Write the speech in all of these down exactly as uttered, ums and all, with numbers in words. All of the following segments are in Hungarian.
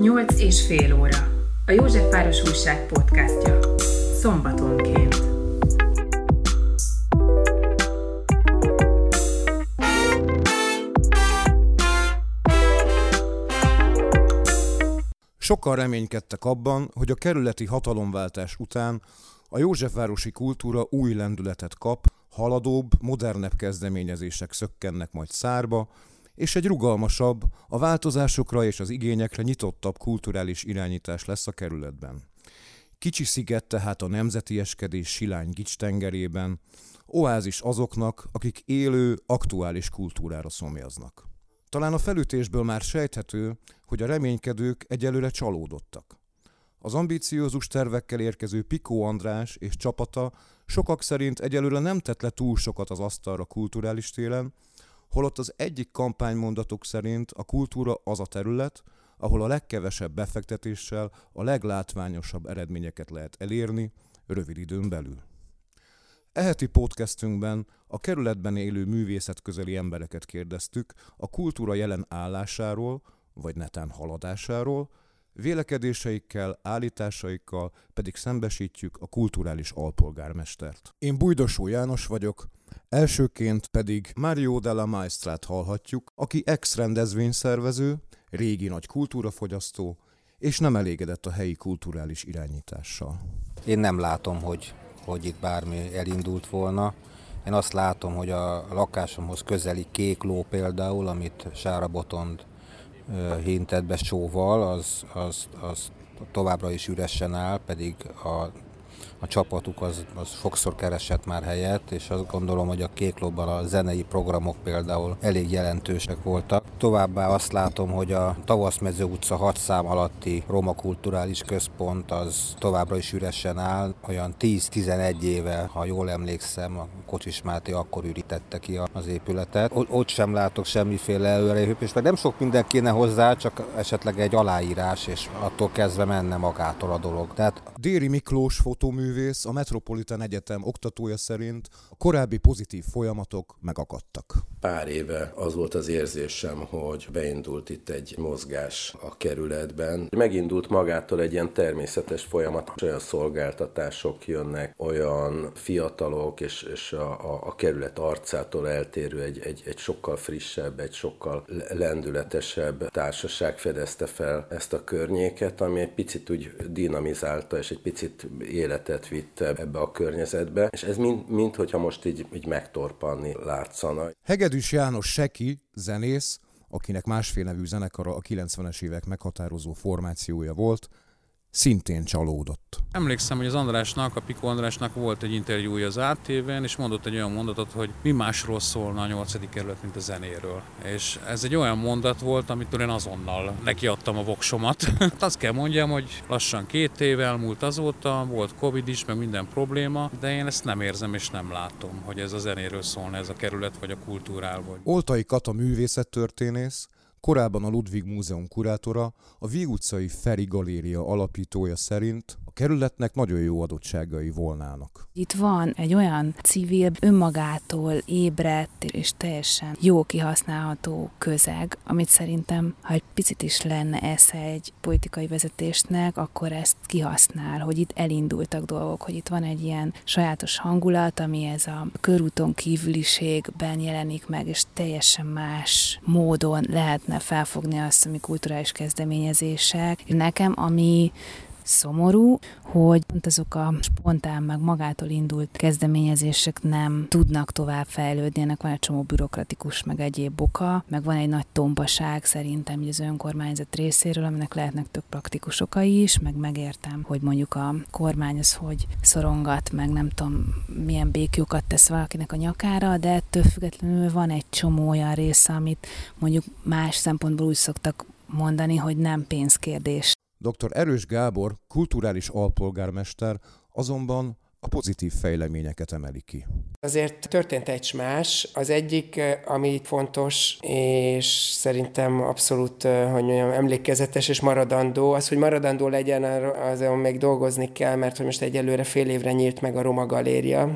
Nyolc és fél óra. A Józsefváros Újság podcastja. Szombatonként. Sokan reménykedtek abban, hogy a kerületi hatalomváltás után a józsefvárosi kultúra új lendületet kap, haladóbb, modernebb kezdeményezések szökkennek majd szárba, és egy rugalmasabb, a változásokra és az igényekre nyitottabb kulturális irányítás lesz a kerületben. Kicsi sziget tehát a nemzetieskedés silány Gics-tengerében, oázis azoknak, akik élő, aktuális kultúrára szomjaznak. Talán a felütésből már sejthető, hogy a reménykedők egyelőre csalódottak. Az ambíciózus tervekkel érkező Pikó András és csapata sokak szerint egyelőre nem tett le túl sokat az asztalra kulturális téren, holott az egyik kampánymondatok szerint a kultúra az a terület, ahol a legkevesebb befektetéssel a leglátványosabb eredményeket lehet elérni rövid időn belül. E heti podcastünkben a kerületben élő művészetközeli embereket kérdeztük a kultúra jelen állásáról, vagy netán haladásáról, vélekedéseikkel, állításaikkal pedig szembesítjük a kulturális alpolgármestert. Én Bújdosó János vagyok, elsőként pedig Mario della Maestrát hallhatjuk, aki ex-rendezvényszervező, régi nagy kultúrafogyasztó, és nem elégedett a helyi kulturális irányítással. Én nem látom, hogy, hogy itt bármi elindult volna. Én azt látom, hogy a lakásomhoz közeli Kék Ló például, amit Sára Botond hintett be sóval, az, az, az továbbra is üresen áll, pedig a, a csapatuk az, az sokszor keresett már helyet, és azt gondolom, hogy a Kék Lóban a zenei programok például elég jelentősek voltak. Továbbá azt látom, hogy a Tavaszmező utca hat szám alatti Roma Kulturális Központ az továbbra is üresen áll. Olyan tíz-tizenegy éve, ha jól emlékszem, a Kocsis Máté akkor ürítette ki az épületet. O- ott sem látok semmiféle előrelépést, mert nem sok minden kéne hozzá, csak esetleg egy aláírás, és attól kezdve menne magától a dolog. Tehát Déri Miklós fotóművész, a Metropolitan Egyetem oktatója szerint a korábbi pozitív folyamatok megakadtak. Pár éve az volt az érzésem, hogy beindult itt egy mozgás a kerületben. Megindult magától egy ilyen természetes folyamat, olyan szolgáltatások jönnek, olyan fiatalok, és, és a, a, a kerület arcától eltérő egy, egy, egy sokkal frissebb, egy sokkal lendületesebb társaság fedezte fel ezt a környéket, ami egy picit úgy dinamizálta, és egy picit életet vitt ebbe a környezetbe, és ez mind, mind hogyha most így, így megtorpanni látszana. Hegedűs János Seki, zenész, akinek másfél nevű zenekara a kilencvenes évek meghatározó formációja volt, szintén csalódott. Emlékszem, hogy az Andrásnak, a Pikó Andrásnak volt egy interjúja az á té vén, és mondott egy olyan mondatot, hogy mi másról szólna a nyolcadik kerület, mint a zenéről. És ez egy olyan mondat volt, amitől én azonnal nekiadtam a voksomat. Hát azt kell mondjam, hogy lassan két év elmúlt azóta, volt Covid is, meg minden probléma, de én ezt nem érzem és nem látom, hogy ez a zenéről szólna ez a kerület, vagy a kultúráról. Oltai Kata művészettörténész, korábban a Ludwig Múzeum kurátora, a Víg utcai Feri Galéria alapítója szerint a kerületnek nagyon jó adottságai volnának. Itt van egy olyan civil, önmagától ébredt és teljesen jó kihasználható közeg, amit szerintem, ha egy picit is lenne esze egy politikai vezetésnek, akkor ezt kihasznál, hogy itt elindultak dolgok, hogy itt van egy ilyen sajátos hangulat, ami ez a körúton kívüliségben jelenik meg, és teljesen más módon lehetne felfogni azt, ami kulturális kezdeményezések. Nekem, ami szomorú, hogy pont azok a spontán, meg magától indult kezdeményezések nem tudnak tovább fejlődni, ennek van egy csomó bürokratikus, meg egyéb oka, meg van egy nagy tombaság szerintem az önkormányzat részéről, aminek lehetnek tök praktikus okai is, meg megértem, hogy mondjuk a kormány az hogy szorongat, meg nem tudom milyen békjókat tesz valakinek a nyakára, de ettől függetlenül van egy csomó olyan része, amit mondjuk más szempontból úgy szoktak mondani, hogy nem pénzkérdés. doktor Erős Gábor, kulturális alpolgármester azonban a pozitív fejleményeket emeli ki. Azért történt egy más. Az egyik, ami fontos, és szerintem abszolút, hogy mondjam, emlékezetes és maradandó, az, hogy maradandó legyen, azon még dolgozni kell, mert hogy most egyelőre fél évre nyílt meg a Roma Galéria.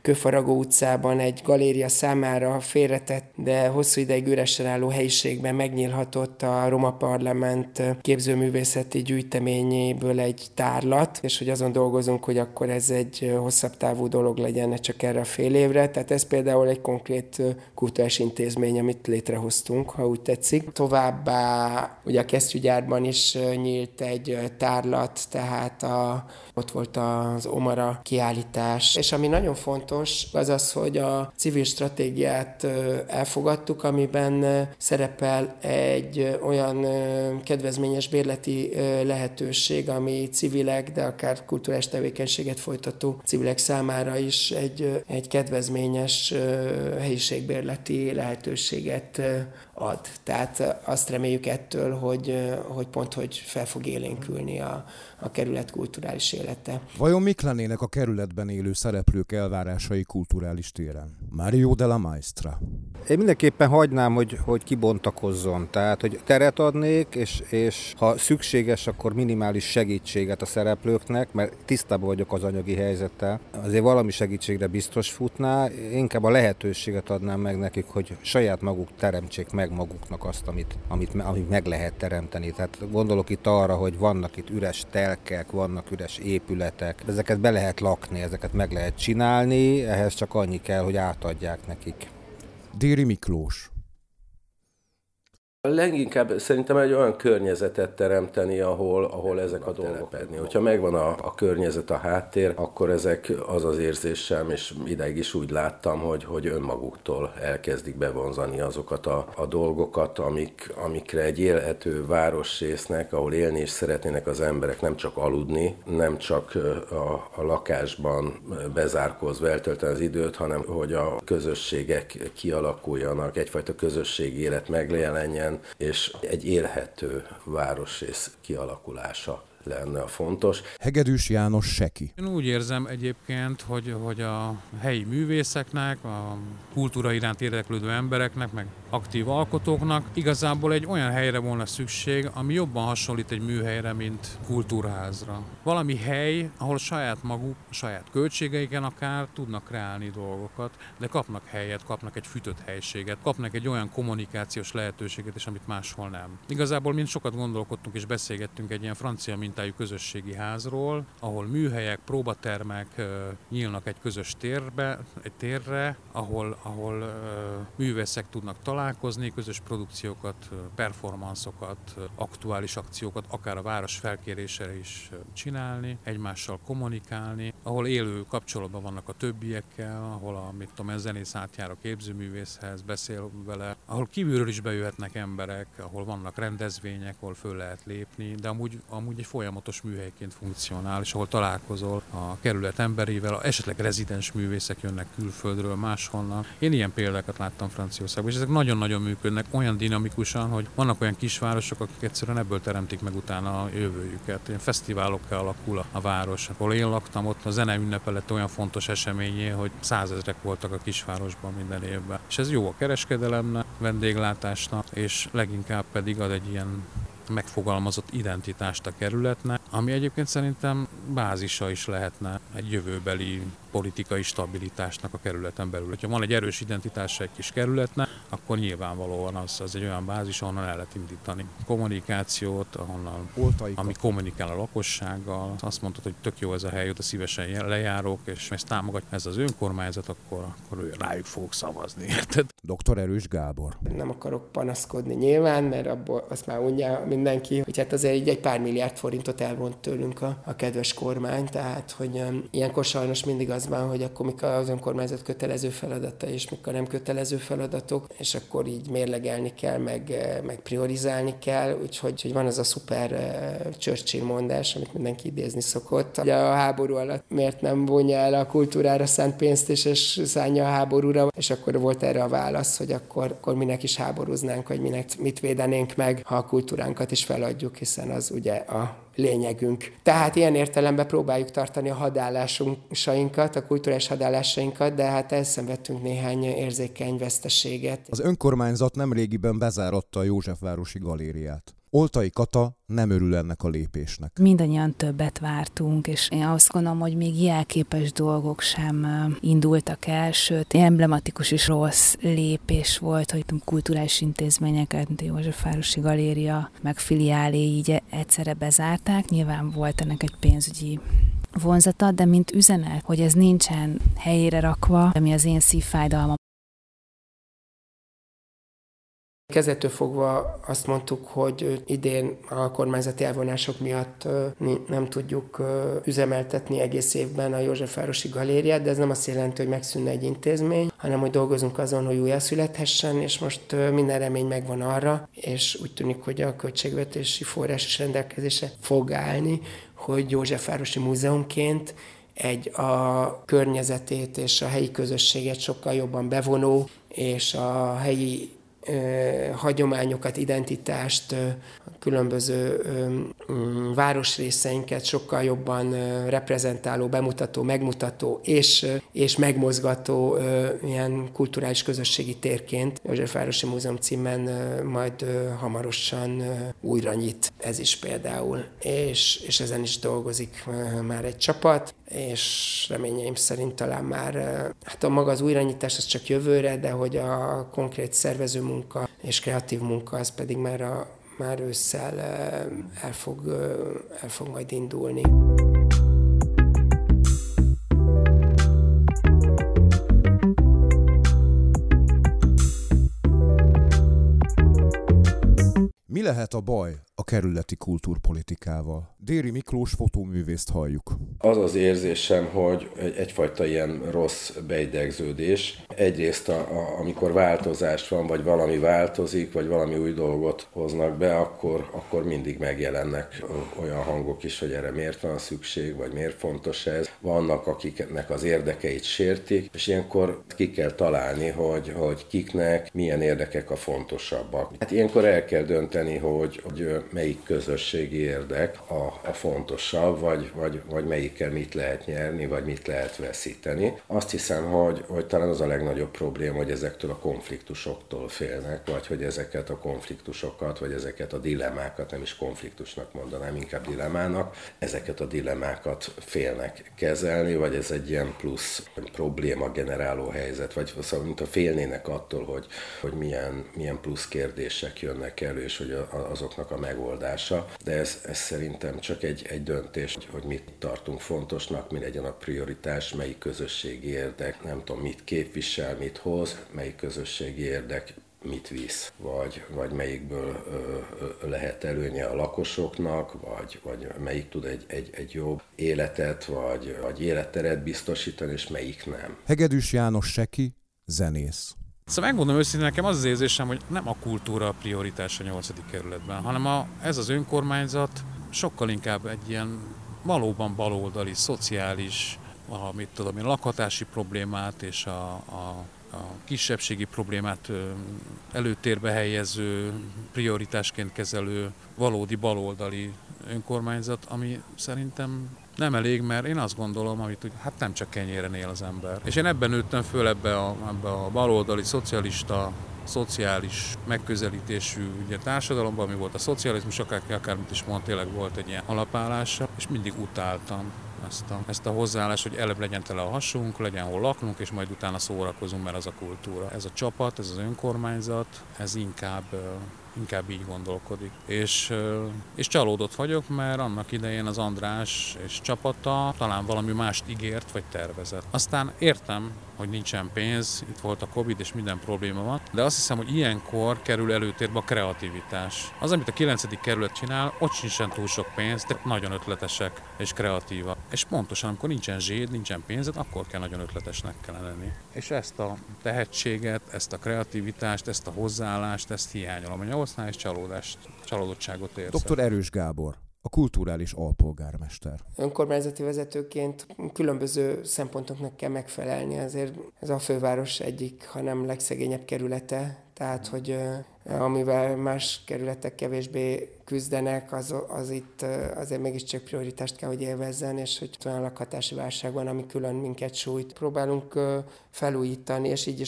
Kőfaragó utcában egy galéria számára félretett, de hosszú ideig üresen álló helyiségben megnyílhatott a Roma Parlament képzőművészeti gyűjteményéből egy tárlat, és hogy azon dolgozunk, hogy akkor ez egy hosszabb távú dolog legyen, ne csak erre a fél évre. Tehát ez például egy konkrét kulturális intézmény, amit létrehoztunk, ha úgy tetszik. Továbbá ugye a kesztyűgyárban is nyílt egy tárlat, tehát a, ott volt az Omara kiállítás. És ami nagyon fontos, az az, hogy a civil stratégiát elfogadtuk, amiben szerepel egy olyan kedvezményes bérleti lehetőség, ami civilek, de akár kulturális tevékenységet folytató civilek számára is egy, egy kedvezményes helyiségbérleti lehetőséget ad. Tehát azt reméljük ettől, hogy, hogy pont, hogy fel fog élénkülni a, a kerület kulturális élete. Vajon mik lennének a kerületben élő szereplők elvárásai kulturális téren? Mario della Maestra. Én mindenképpen hagynám, hogy, hogy kibontakozzon, tehát hogy teret adnék, és, és ha szükséges, akkor minimális segítséget a szereplőknek, mert tisztában vagyok az anyagi helyzettel. Azért valami segítségre biztos futná, inkább a lehetőséget adnám meg nekik, hogy saját maguk teremtsék meg maguknak azt, amit, amit, amit meg lehet teremteni. Tehát gondolok itt arra, hogy vannak itt üres telkek, vannak üres épületek, ezeket be lehet lakni, ezeket meg lehet csinálni, ehhez csak annyi kell, hogy átadják nekik. Déri Miklós. Leginkább szerintem egy olyan környezetet teremteni, ahol, ahol ezek a dolgok pedni. Hogyha megvan a, a környezet, a háttér, akkor ezek az az érzésem, és ideig is úgy láttam, hogy, hogy önmaguktól elkezdik bevonzani azokat a, a dolgokat, amik, amikre egy élhető városrésznek, ahol élni is szeretnének az emberek, nem csak aludni, nem csak a, a lakásban bezárkózva eltölteni az időt, hanem hogy a közösségek kialakuljanak, egyfajta közösségi élet megjelenjen, és egy élhető városrész kialakulása lenne a fontos. Hegedűs János Seki. Én úgy érzem egyébként, hogy, hogy a helyi művészeknek, a kultúra iránt érdeklődő embereknek, meg aktív alkotóknak igazából egy olyan helyre volna szükség, ami jobban hasonlít egy műhelyre, mint kultúrházra. Valami hely, ahol saját maguk, saját költségeiken akár tudnak kreálni dolgokat, de kapnak helyet, kapnak egy fűtött helységet, kapnak egy olyan kommunikációs lehetőséget is, amit máshol nem. Igazából mind sokat gondolkodtunk és beszélgettünk egy ilyen francia mintájú közösségi házról, ahol műhelyek, próbatermek uh, nyílnak egy közös térbe, egy térre, ahol, ahol uh, művészek tudnak találkozni, közös produkciókat, performanszokat, aktuális akciókat, akár a város felkérésére is csinálni, egymással kommunikálni, ahol élő kapcsolatban vannak a többiekkel, ahol a, mit tudom, a zenész átjár a képzőművészhez, beszél vele, ahol kívülről is bejöhetnek emberek, ahol vannak rendezvények, ahol föl lehet lépni, de amúgy, amúgy egy folyamatos műhelyként funkcionál, és ahol találkozol a kerület emberével, esetleg rezidens művészek jönnek külföldről, máshonnan. Én ilyen példákat láttam Franciaországban, és ezek nagyon-nagyon működnek, olyan dinamikusan, hogy vannak olyan kisvárosok, akik egyszerűen ebből teremtik meg utána a jövőjüket. Ilyen fesztiválokká alakul a, a város. Ahol én laktam, ott a zene ünnepe lett olyan fontos eseményé, hogy százezrek voltak a kisvárosban minden évben. És ez jó a kereskedelemnek, vendéglátásnak, és leginkább pedig ad egy ilyen megfogalmazott identitást a kerületnek, ami egyébként szerintem bázisa is lehetne egy jövőbeli politikai stabilitásnak a kerületen belül. Ha van egy erős identitása egy kis kerületnek, akkor nyilvánvalóan az, az egy olyan bázis, ahonnan el lehet indítani kommunikációt, ahonnan, ami kommunikál a lakossággal. Azt mondtad, hogy tök jó ez a hely, ott a szívesen lejárok, és ezt támogatja ez az önkormányzat, akkor, akkor rájuk fogok szavazni, érted? doktor Erős Gábor. Nem akarok panaszkodni nyilván, mert abból azt már mondja mindenki, hogy hát azért így egy pár milliárd forintot elvont tőlünk a, a kedves kormány, tehát hogy um, ilyenkor sajnos mindig az van, hogy akkor mik az önkormányzat kötelező feladata, és mik a nem kötelező feladatok, és akkor így mérlegelni kell, meg, meg priorizálni kell, úgyhogy hogy van az a szuper uh, Churchill mondás, amit mindenki idézni szokott, hogy a háború alatt miért nem vonja el a kultúrára szánt pénzt, és, és szánja a háborúra, és akkor volt erre a válasz, hogy akkor, akkor minek is háborúznánk, vagy minek, mit védenénk meg, ha a kultúránkat is feladjuk, hiszen az ugye a lényegünk. Tehát ilyen értelemben próbáljuk tartani a hadállásainkat, a kulturális hadállásainkat, de hát elszenvedtünk néhány érzékeny veszteséget. Az önkormányzat nemrégiben bezáratta a Józsefvárosi galériát. Oltai Kata nem örül ennek a lépésnek. Mindannyian többet vártunk, és én azt gondolom, hogy még jelképes dolgok sem indultak el, sőt, emblematikus és rossz lépés volt, hogy kulturális intézményeket, mint a Józsefvárosi Galéria, meg filiálé így egyszerre bezárták. Nyilván volt ennek egy pénzügyi vonzata, de mint üzenet, hogy ez nincsen helyére rakva, ami az én szívfájdalmam. Kezdettől fogva azt mondtuk, hogy idén a kormányzati elvonások miatt nem tudjuk üzemeltetni egész évben a Józsefvárosi Galériát, de ez nem azt jelenti, hogy megszűnne egy intézmény, hanem hogy dolgozunk azon, hogy újjászülethessen, és most minden remény megvan arra, és úgy tűnik, hogy a költségvetési forrás is rendelkezésre fog állni, hogy Józsefvárosi Múzeumként egy a környezetét és a helyi közösséget sokkal jobban bevonó, és a helyi hagyományokat, identitást, különböző városrészeinket sokkal jobban reprezentáló, bemutató, megmutató és, és megmozgató ilyen kulturális közösségi térként Józsefvárosi Múzeum címen majd hamarosan újra nyit. Ez is például. És, és ezen is dolgozik már egy csapat, és reményeim szerint talán már, hát a maga az újranyitás az csak jövőre, de hogy a konkrét szervező munka és kreatív munka az pedig már, a, már ősszel el fog, el fog majd indulni. Mi lehet a baj a kerületi kultúrpolitikával? Déri Miklós fotóművészt halljuk. Az az érzésem, hogy egy, egyfajta ilyen rossz beidegződés. Egyrészt, a, a, amikor változás van, vagy valami változik, vagy valami új dolgot hoznak be, akkor, akkor mindig megjelennek olyan hangok is, hogy erre miért van szükség, vagy miért fontos ez. Vannak, akiknek az érdekeit sértik, és ilyenkor ki kell találni, hogy, hogy kiknek milyen érdekek a fontosabbak. Hát ilyenkor el kell dönteni, hogy, hogy melyik közösségi érdek a, a fontosabb, vagy, vagy, vagy melyikkel mit lehet nyerni, vagy mit lehet veszíteni. Azt hiszem, hogy, hogy talán az a legnagyobb probléma, hogy ezektől a konfliktusoktól félnek, vagy hogy ezeket a konfliktusokat, vagy ezeket a dilemmákat, nem is konfliktusnak mondanám, inkább dilemmának, ezeket a dilemmákat félnek kezelni, vagy ez egy ilyen plusz probléma generáló helyzet, vagy szóval mint a félnének attól, hogy, hogy milyen, milyen plusz kérdések jönnek elő, és hogy azoknak a megoldása, de ez, ez szerintem csak egy, egy döntés, hogy mit tartunk fontosnak, mi legyen a prioritás, melyik közösségi érdek, nem tudom, mit képvisel, mit hoz, melyik közösségi érdek mit visz, vagy, vagy melyikből ö, ö, lehet előnye a lakosoknak, vagy, vagy melyik tud egy, egy, egy jobb életet, vagy, vagy életteret biztosítani, és melyik nem. Hegedűs János Seki, zenész. Szóval megmondom őszintén, nekem az az érzésem, hogy nem a kultúra a prioritás a nyolcadik kerületben, hanem a, ez az önkormányzat sokkal inkább egy ilyen valóban baloldali, szociális, a, mit tudom én, lakhatási problémát és a, a, a kisebbségi problémát előtérbe helyező, prioritásként kezelő valódi baloldali önkormányzat, ami szerintem nem elég, mert én azt gondolom, amit hogy hát nem csak kenyéren él az ember. És én ebben nőttem föl, ebbe a, ebbe a baloldali, szocialista, szociális megközelítésű ugye, társadalomban, ami volt a szocializmus, akár, akármit is mond, tényleg volt egy ilyen alapállása, és mindig utáltam ezt a, ezt a hozzáállást, hogy előbb legyen tele a hasunk, legyen hol laknunk, és majd utána szórakozunk, mert az a kultúra. Ez a csapat, ez az önkormányzat, ez inkább inkább így gondolkodik. És, és csalódott vagyok, mert annak idején az András és csapata talán valami mást ígért vagy tervezett. Aztán értem, hogy nincsen pénz, itt volt a Covid és minden probléma van, de azt hiszem, hogy ilyenkor kerül előtérbe a kreativitás. Az, amit a kilencedik kerület csinál, ott sincsen túl sok pénz, de nagyon ötletesek és kreatívak. És pontosan, amikor nincsen zséd, nincsen pénzed, akkor kell nagyon ötletesnek kellene lenni. És ezt a tehetséget, ezt a kreativitást, ezt a hozzáállást, ezt hiányolom. A nyolcnál is csalódást, csalódottságot érzek. doktor Erős Gábor, a kulturális alpolgármester. Önkormányzati vezetőként különböző szempontoknak kell megfelelni, azért ez a főváros egyik, hanem legszegényebb kerülete, tehát hogy amivel más kerületek kevésbé küzdenek, az, az itt azért mégiscsak prioritást kell, hogy élvezzen, és hogy olyan lakhatási válság van, ami külön minket sújt. Próbálunk felújítani, és így is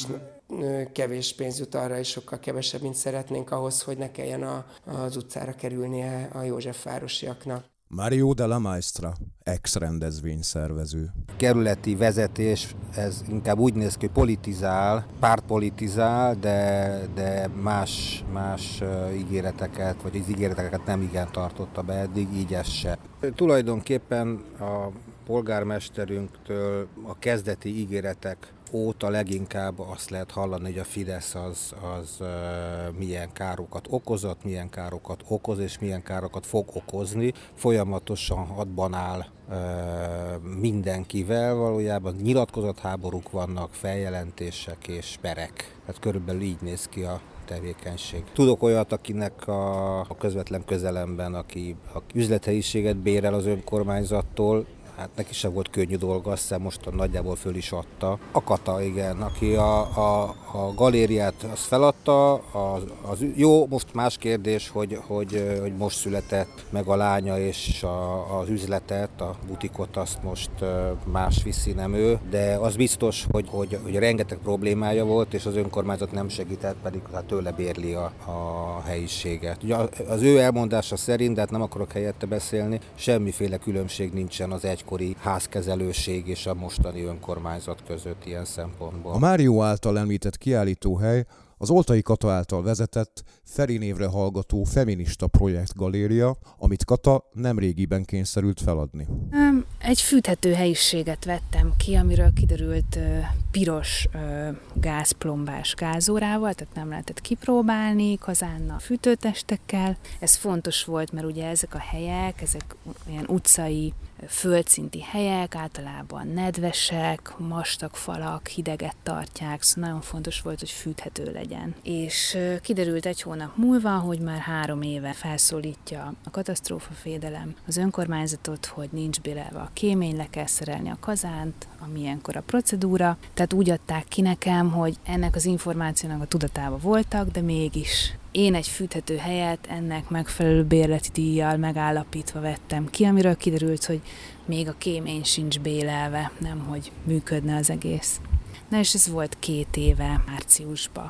kevés pénz jut arra, és sokkal kevesebb, mint szeretnénk ahhoz, hogy ne kelljen a, az utcára kerülnie a józsefvárosiaknak. Mario Della Maestra, ex-rendezvényszervező. Kerületi vezetés, ez inkább úgy néz ki, hogy politizál, pártpolitizál, de, de más, más ígéreteket, vagy az ígéreteket nem igen tartotta be eddig, így ez se. Tulajdonképpen a polgármesterünktől a kezdeti ígéretek óta leginkább azt lehet hallani, hogy a Fidesz az, az uh, milyen károkat okozott, milyen károkat okoz, és milyen károkat fog okozni. Folyamatosan hadban áll uh, mindenkivel, valójában nyilatkozatháborúk vannak, feljelentések és perek. Tehát körülbelül így néz ki a tevékenység. Tudok olyat, akinek a, a közvetlen közelemben, aki, aki üzlethelyiséget bérel az önkormányzattól, hát neki sem volt könnyű dolga, azt hiszem most nagyjából föl is adta. A Kata, igen, aki a, a, a galériát azt feladta, az, az jó, most más kérdés, hogy, hogy, hogy most született meg a lánya, és a, az üzletet, a butikot azt most más viszi, nem ő, de az biztos, hogy, hogy, hogy rengeteg problémája volt, és az önkormányzat nem segített, pedig hát tőle bérli a, a helyiséget. Ugye az ő elmondása szerint, de hát nem akarok helyette beszélni, semmiféle különbség nincsen az egy kori házkezelőség és a mostani önkormányzat között ilyen szempontból. A Mário által említett kiállítóhely az Oltai Kata által vezetett, Feri névre hallgató feminista projektgaléria, amit Kata nemrégiben kényszerült feladni. Egy fűthető helyiséget vettem ki, amiről kiderült piros gázplombás gázórával, tehát nem lehetett kipróbálni, kazánnal, fűtőtestekkel. Ez fontos volt, mert ugye ezek a helyek, ezek olyan utcai, földszinti helyek, általában nedvesek, vastag falak, hideget tartják, szóval nagyon fontos volt, hogy fűthető legyen. És kiderült egy hónap múlva, hogy már három éve felszólítja a katasztrófafédelem az önkormányzatot, hogy nincs bérelve a kémény, le kell szerelni a kazánt, ami ilyenkor a procedúra. Tehát úgy adták ki nekem, hogy ennek az információnak a tudatában voltak, de mégis én egy fűthető helyet ennek megfelelő bérleti díjjal megállapítva vettem ki, amiről kiderült, hogy még a kémény sincs bélelve, nem hogy működne az egész. Na és ez volt két éve, márciusban.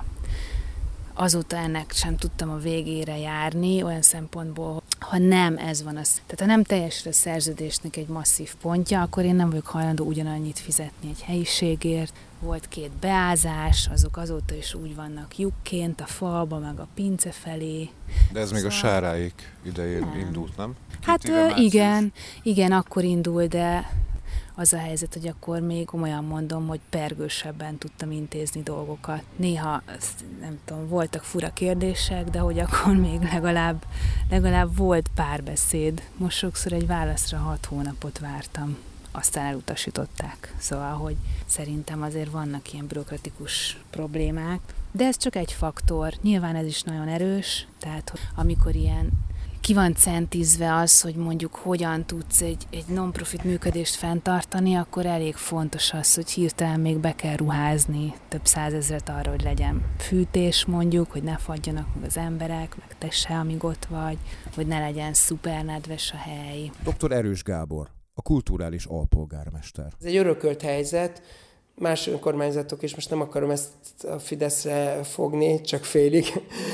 Azóta ennek sem tudtam a végére járni, olyan szempontból, ha nem ez van az, tehát ha nem teljesül a szerződésnek egy masszív pontja, akkor én nem vagyok hajlandó ugyanannyit fizetni egy helyiségért. Volt két beázás, azok azóta is úgy vannak lyukként, a falba, meg a pince felé. De ez szóval... még a Sáráik idején nem. indult, nem? Két hát igen, igen, akkor indul, de az a helyzet, hogy akkor még komolyan mondom, hogy pergősebben tudtam intézni dolgokat. Néha, nem tudom, voltak fura kérdések, de hogy akkor még legalább, legalább volt párbeszéd. Most sokszor egy válaszra hat hónapot vártam. Aztán elutasították. Szóval, hogy szerintem azért vannak ilyen bürokratikus problémák. De ez csak egy faktor. Nyilván ez is nagyon erős, tehát hogy amikor ilyen ki van centízve az, hogy mondjuk hogyan tudsz egy, egy non-profit működést fenntartani, akkor elég fontos az, hogy hirtelen még be kell ruházni több százezret arra, hogy legyen fűtés mondjuk, hogy ne fagyjanak meg az emberek, meg te se, amíg ott vagy, hogy ne legyen szuper nedves a hely. doktor Erős Gábor, a kulturális alpolgármester. Ez egy örökölt helyzet, más önkormányzatok, és most nem akarom ezt a Fideszre fogni, csak félig,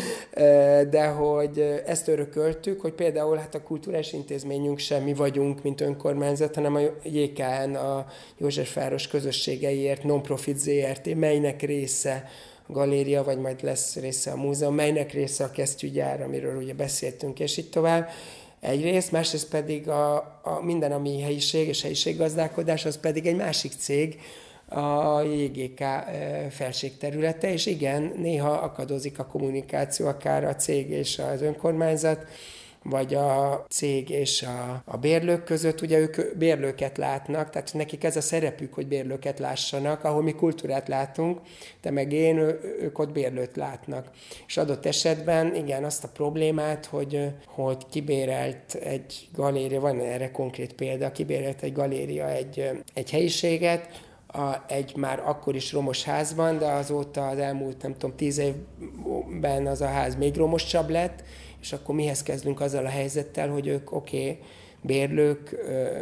de hogy ezt örököltük, hogy például hát a kulturális intézményünk sem mi vagyunk, mint önkormányzat, hanem a jé ká en, a Józsefváros Közösségeiért Non-Profit zé er té, melynek része a galéria, vagy majd lesz része a múzeum, melynek része a kesztyűgyár, amiről ugye beszéltünk, és így tovább. Egyrészt, másrészt pedig a, a minden, ami helyiség és helyiséggazdálkodás, az pedig egy másik cég, a jé gé ká felségterülete, és igen, néha akadozik a kommunikáció, akár a cég és az önkormányzat, vagy a cég és a, a bérlők között, ugye ők bérlőket látnak, tehát nekik ez a szerepük, hogy bérlőket lássanak, ahol mi kultúrát látunk, de meg én, ők ott bérlőt látnak. És adott esetben, igen, azt a problémát, hogy, hogy kibérelt egy galéria, van erre konkrét példa, kibérelt egy galéria egy, egy helyiséget, A, egy már akkor is romos házban, de azóta az elmúlt, nem tudom, tíz évben az a ház még romosabb lett, és akkor mihez kezdünk azzal a helyzettel, hogy ők oké, okay, bérlők,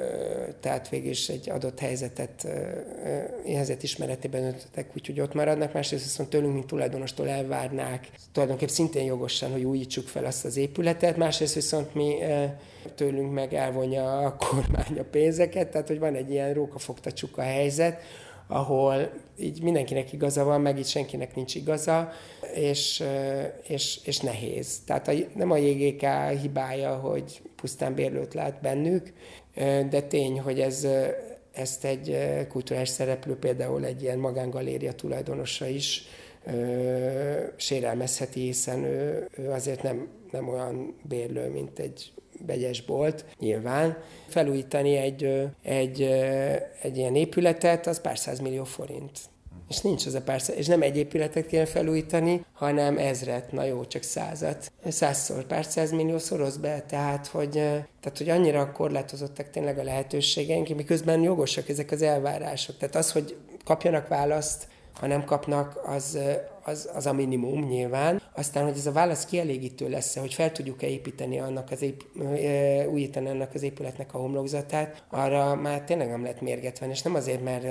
tehát végül is egy adott helyzetet, helyzet ismeretében öntöttek, úgyhogy ott maradnak, másrészt viszont tőlünk, mint tulajdonostól elvárnák, tulajdonképpen szintén jogosan, hogy újítsuk fel azt az épületet, másrészt viszont mi tőlünk meg elvonja a kormány a pénzeket, tehát hogy van egy ilyen rókafogta csuka helyzet, ahol így mindenkinek igaza van, meg itt senkinek nincs igaza, és, és, és nehéz. Tehát a, nem a jé gé ká hibája, hogy pusztán bérlőt lát bennük, de tény, hogy ez, ezt egy kulturális szereplő, például egy ilyen magángaléria tulajdonosa is ö, sérelmezheti, hiszen ő, ő azért nem, nem olyan bérlő, mint egy vegyes bolt, nyilván. Felújítani egy, egy, egy ilyen épületet, az pár százmillió forint. És nincs az a pár száz, és nem egy épületet kéne felújítani, hanem ezret, na jó, csak százat. Százszor, pár százmillió szoroz be, tehát hogy, tehát, hogy annyira korlátozottak tényleg a lehetőségeink, miközben jogosak ezek az elvárások. Tehát az, hogy kapjanak választ, ha nem kapnak, az, az, az a minimum nyilván. Aztán, hogy ez a válasz kielégítő lesz, hogy fel tudjuk-e építeni annak az ép, újítani annak az épületnek a homlokzatát, arra már tényleg nem lehet mérget venni, és nem azért, mert,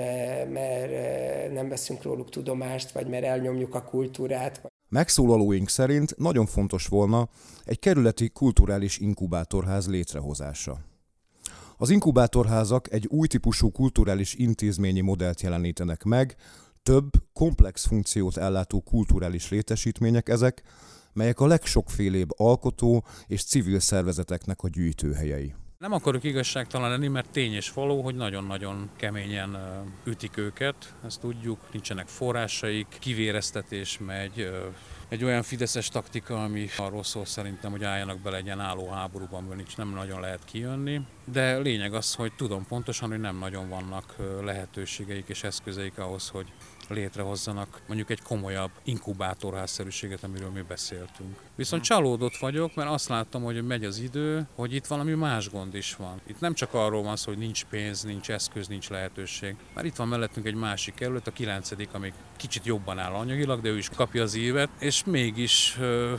mert nem veszünk róluk tudomást, vagy mert elnyomjuk a kultúrát. Megszólalóink szerint nagyon fontos volna egy kerületi kulturális inkubátorház létrehozása. Az inkubátorházak egy új típusú kulturális intézményi modellt jelenítenek meg, több, komplex funkciót ellátó kulturális létesítmények ezek, melyek a legsokfélébb alkotó és civil szervezeteknek a gyűjtőhelyei. Nem akarok igazságtalan lenni, mert tény és való, hogy nagyon-nagyon keményen ütik őket, ezt tudjuk, nincsenek forrásaik, kivéreztetés megy, egy olyan fideszes taktika, ami arról szól szerintem, hogy álljanak bele egy ilyen álló háborúban, mert nincs, nem nagyon lehet kijönni. De lényeg az, hogy tudom pontosan, hogy nem nagyon vannak lehetőségeik és eszközeik ahhoz, hogy létrehozzanak mondjuk egy komolyabb inkubátorházszerűséget, amiről mi beszéltünk. Viszont csalódott vagyok, mert azt láttam, hogy megy az idő, hogy itt valami más gond is van. Itt nem csak arról van szó, hogy nincs pénz, nincs eszköz, nincs lehetőség. Már itt van mellettünk egy másik kerület, a kilencedik, amik kicsit jobban áll anyagilag, de ő is kapja az évet, és mégis...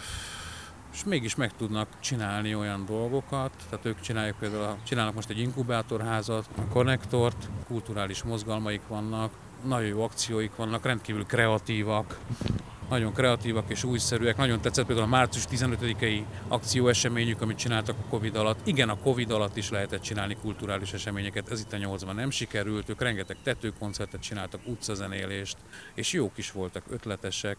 és mégis meg tudnak csinálni olyan dolgokat, tehát ők csinálják például, csinálnak most egy inkubátorházat, a konnektort, kulturális mozgalmaik vannak, nagyon jó akcióik vannak, rendkívül kreatívak, nagyon kreatívak és újszerűek. Nagyon tetszett például a március tizenötödikei akcióeseményük, amit csináltak a Covid alatt. Igen, a Covid alatt is lehetett csinálni kulturális eseményeket, ez itt a nyolcban nem sikerült, ők rengeteg tetőkoncertet csináltak, utcazenélést, és jók is voltak, ötletesek.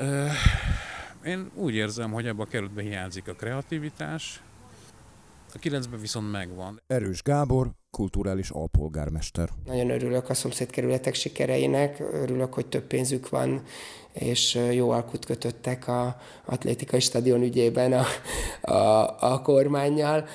Én úgy érzem, hogy ebben a kerületben hiányzik a kreativitás, a kilencben viszont megvan. Erős Gábor, kulturális alpolgármester. Nagyon örülök a szomszédkerületek sikereinek, örülök, hogy több pénzük van, és jó alkut kötöttek az atlétikai stadion ügyében a, a, a kormánnyal,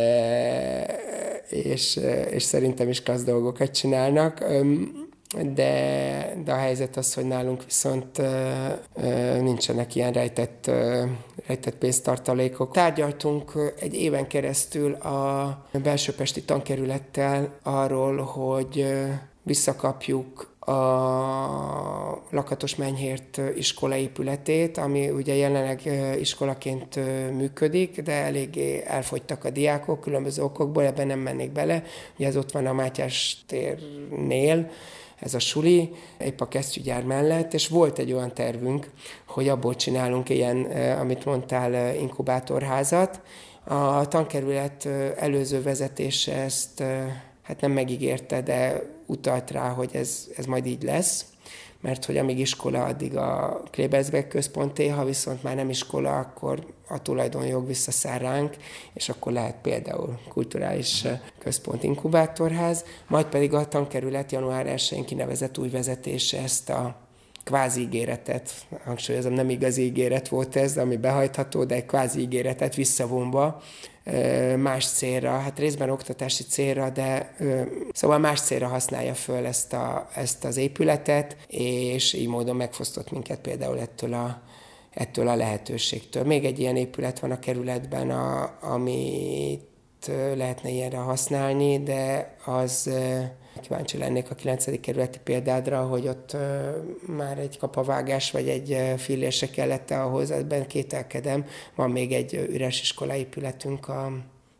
és, és szerintem is klassz dolgokat csinálnak. De, de a helyzet az, hogy nálunk viszont ö, ö, nincsenek ilyen rejtett, ö, rejtett pénztartalékok. Tárgyaltunk egy éven keresztül a Belsőpesti Tankerülettel arról, hogy ö, visszakapjuk a Lakatos Menyhért iskola épületét, ami ugye jelenleg iskolaként működik, de eléggé elfogytak a diákok különböző okokból, ebben nem mennék bele. Ugye ez ott van a Mátyás térnél, ez a suli, épp a kesztyűgyár mellett, és volt egy olyan tervünk, hogy abból csinálunk ilyen, amit mondtál, inkubátorházat. A tankerület előző vezetése ezt hát nem megígérte, de utalt rá, hogy ez, ez majd így lesz, mert hogy amíg iskola, addig a Klebersberg központé, ha viszont már nem iskola, akkor a tulajdonjog visszaszáll ránk, és akkor lehet például kulturális központ inkubátorház, majd pedig a tankerület január elsején kinevezett új vezetése ezt a kvázi ígéretet, hangsúlyozom, nem igazi ígéret volt ez, ami behajtható, de egy kvázi ígéretet visszavonva más célra, hát részben oktatási célra, de szóval más célra használja föl ezt, a, ezt az épületet, és így módon megfosztott minket például ettől a, ettől a lehetőségtől. Még egy ilyen épület van a kerületben, a, amit lehetne ilyenre használni, de az... Kíváncsi lennék a kilencedik kerületi példádra, hogy ott uh, már egy kapavágás vagy egy uh, fillér se kellett ahhoz, ebben kételkedem. Van még egy üres iskolaépületünk a,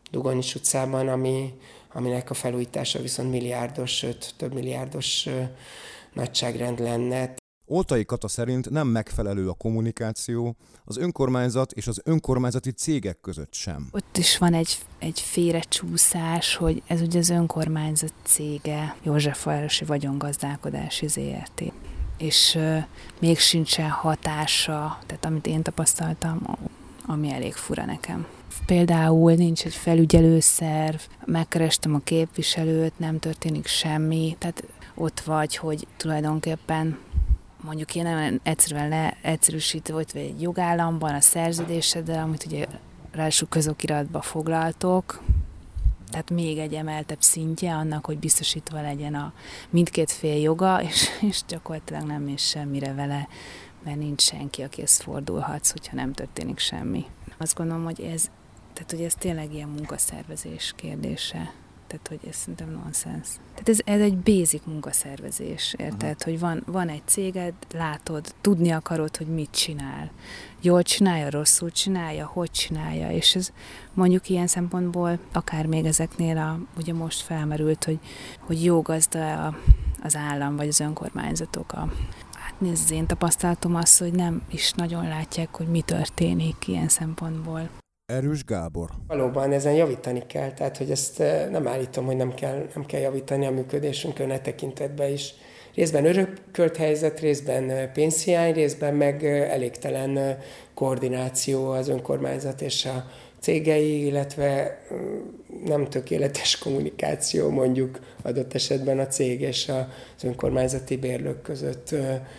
Dugonis utcában, ami, aminek a felújítása viszont milliárdos, sőt több milliárdos nagyságrend lenne. Oltai Kata szerint nem megfelelő a kommunikáció az önkormányzat és az önkormányzati cégek között sem. Ott is van egy, egy félrecsúszás, hogy ez ugye az önkormányzat cége, Józsefvárosi Vagyongazdálkodási zé er té. És euh, még sincsen hatása, tehát amit én tapasztaltam, ami elég fura nekem. Például nincs egy felügyelőszerv, megkerestem a képviselőt, nem történik semmi, tehát ott vagy, hogy tulajdonképpen mondjuk én nagyon egyszerűen leegyszerűsítve, vagy egy jogállamban a szerződéseddel, amit ugye ráadásul közokiratba foglaltok, tehát még egy emeltebb szintje annak, hogy biztosítva legyen a mindkét fél joga, és, és gyakorlatilag nem is semmire vele, mert nincs senki, akihez fordulhatsz, hogyha nem történik semmi. Azt gondolom, hogy ez, tehát, hogy ez tényleg ilyen munkaszervezés kérdése. Tehát, hogy ez szerintem nonsens. Tehát ez, ez egy basic munkaszervezés, érted? Uh-huh. Hogy van, van egy céged, látod, tudni akarod, hogy mit csinál. Jól csinálja, rosszul csinálja, hogy csinálja, és ez mondjuk ilyen szempontból, akár még ezeknél, a, ugye most felmerült, hogy, hogy jó gazda a, az állam, vagy az önkormányzatok. A, hát nézd, az én tapasztalatom az, hogy nem is nagyon látják, hogy mi történik ilyen szempontból. Erős Gábor. Valóban ezen javítani kell, tehát hogy ezt nem állítom, hogy nem kell, nem kell javítani a működésünkön e tekintetben is. Részben örökölt helyzet, részben pénzhiány, részben meg elégtelen koordináció az önkormányzat és a cégei, illetve nem tökéletes kommunikáció mondjuk adott esetben a cég és az önkormányzati bérlők között.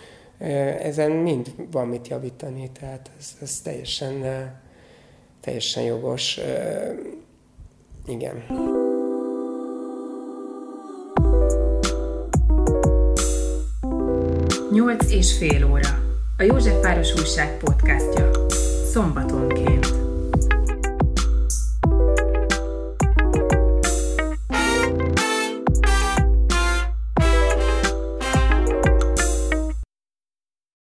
Ezen mind van mit javítani, tehát ez, ez teljesen... Teljesen jogos. Uh, igen. Nyolc és fél óra. A Józsefváros Újság podcastja. Szombatonként.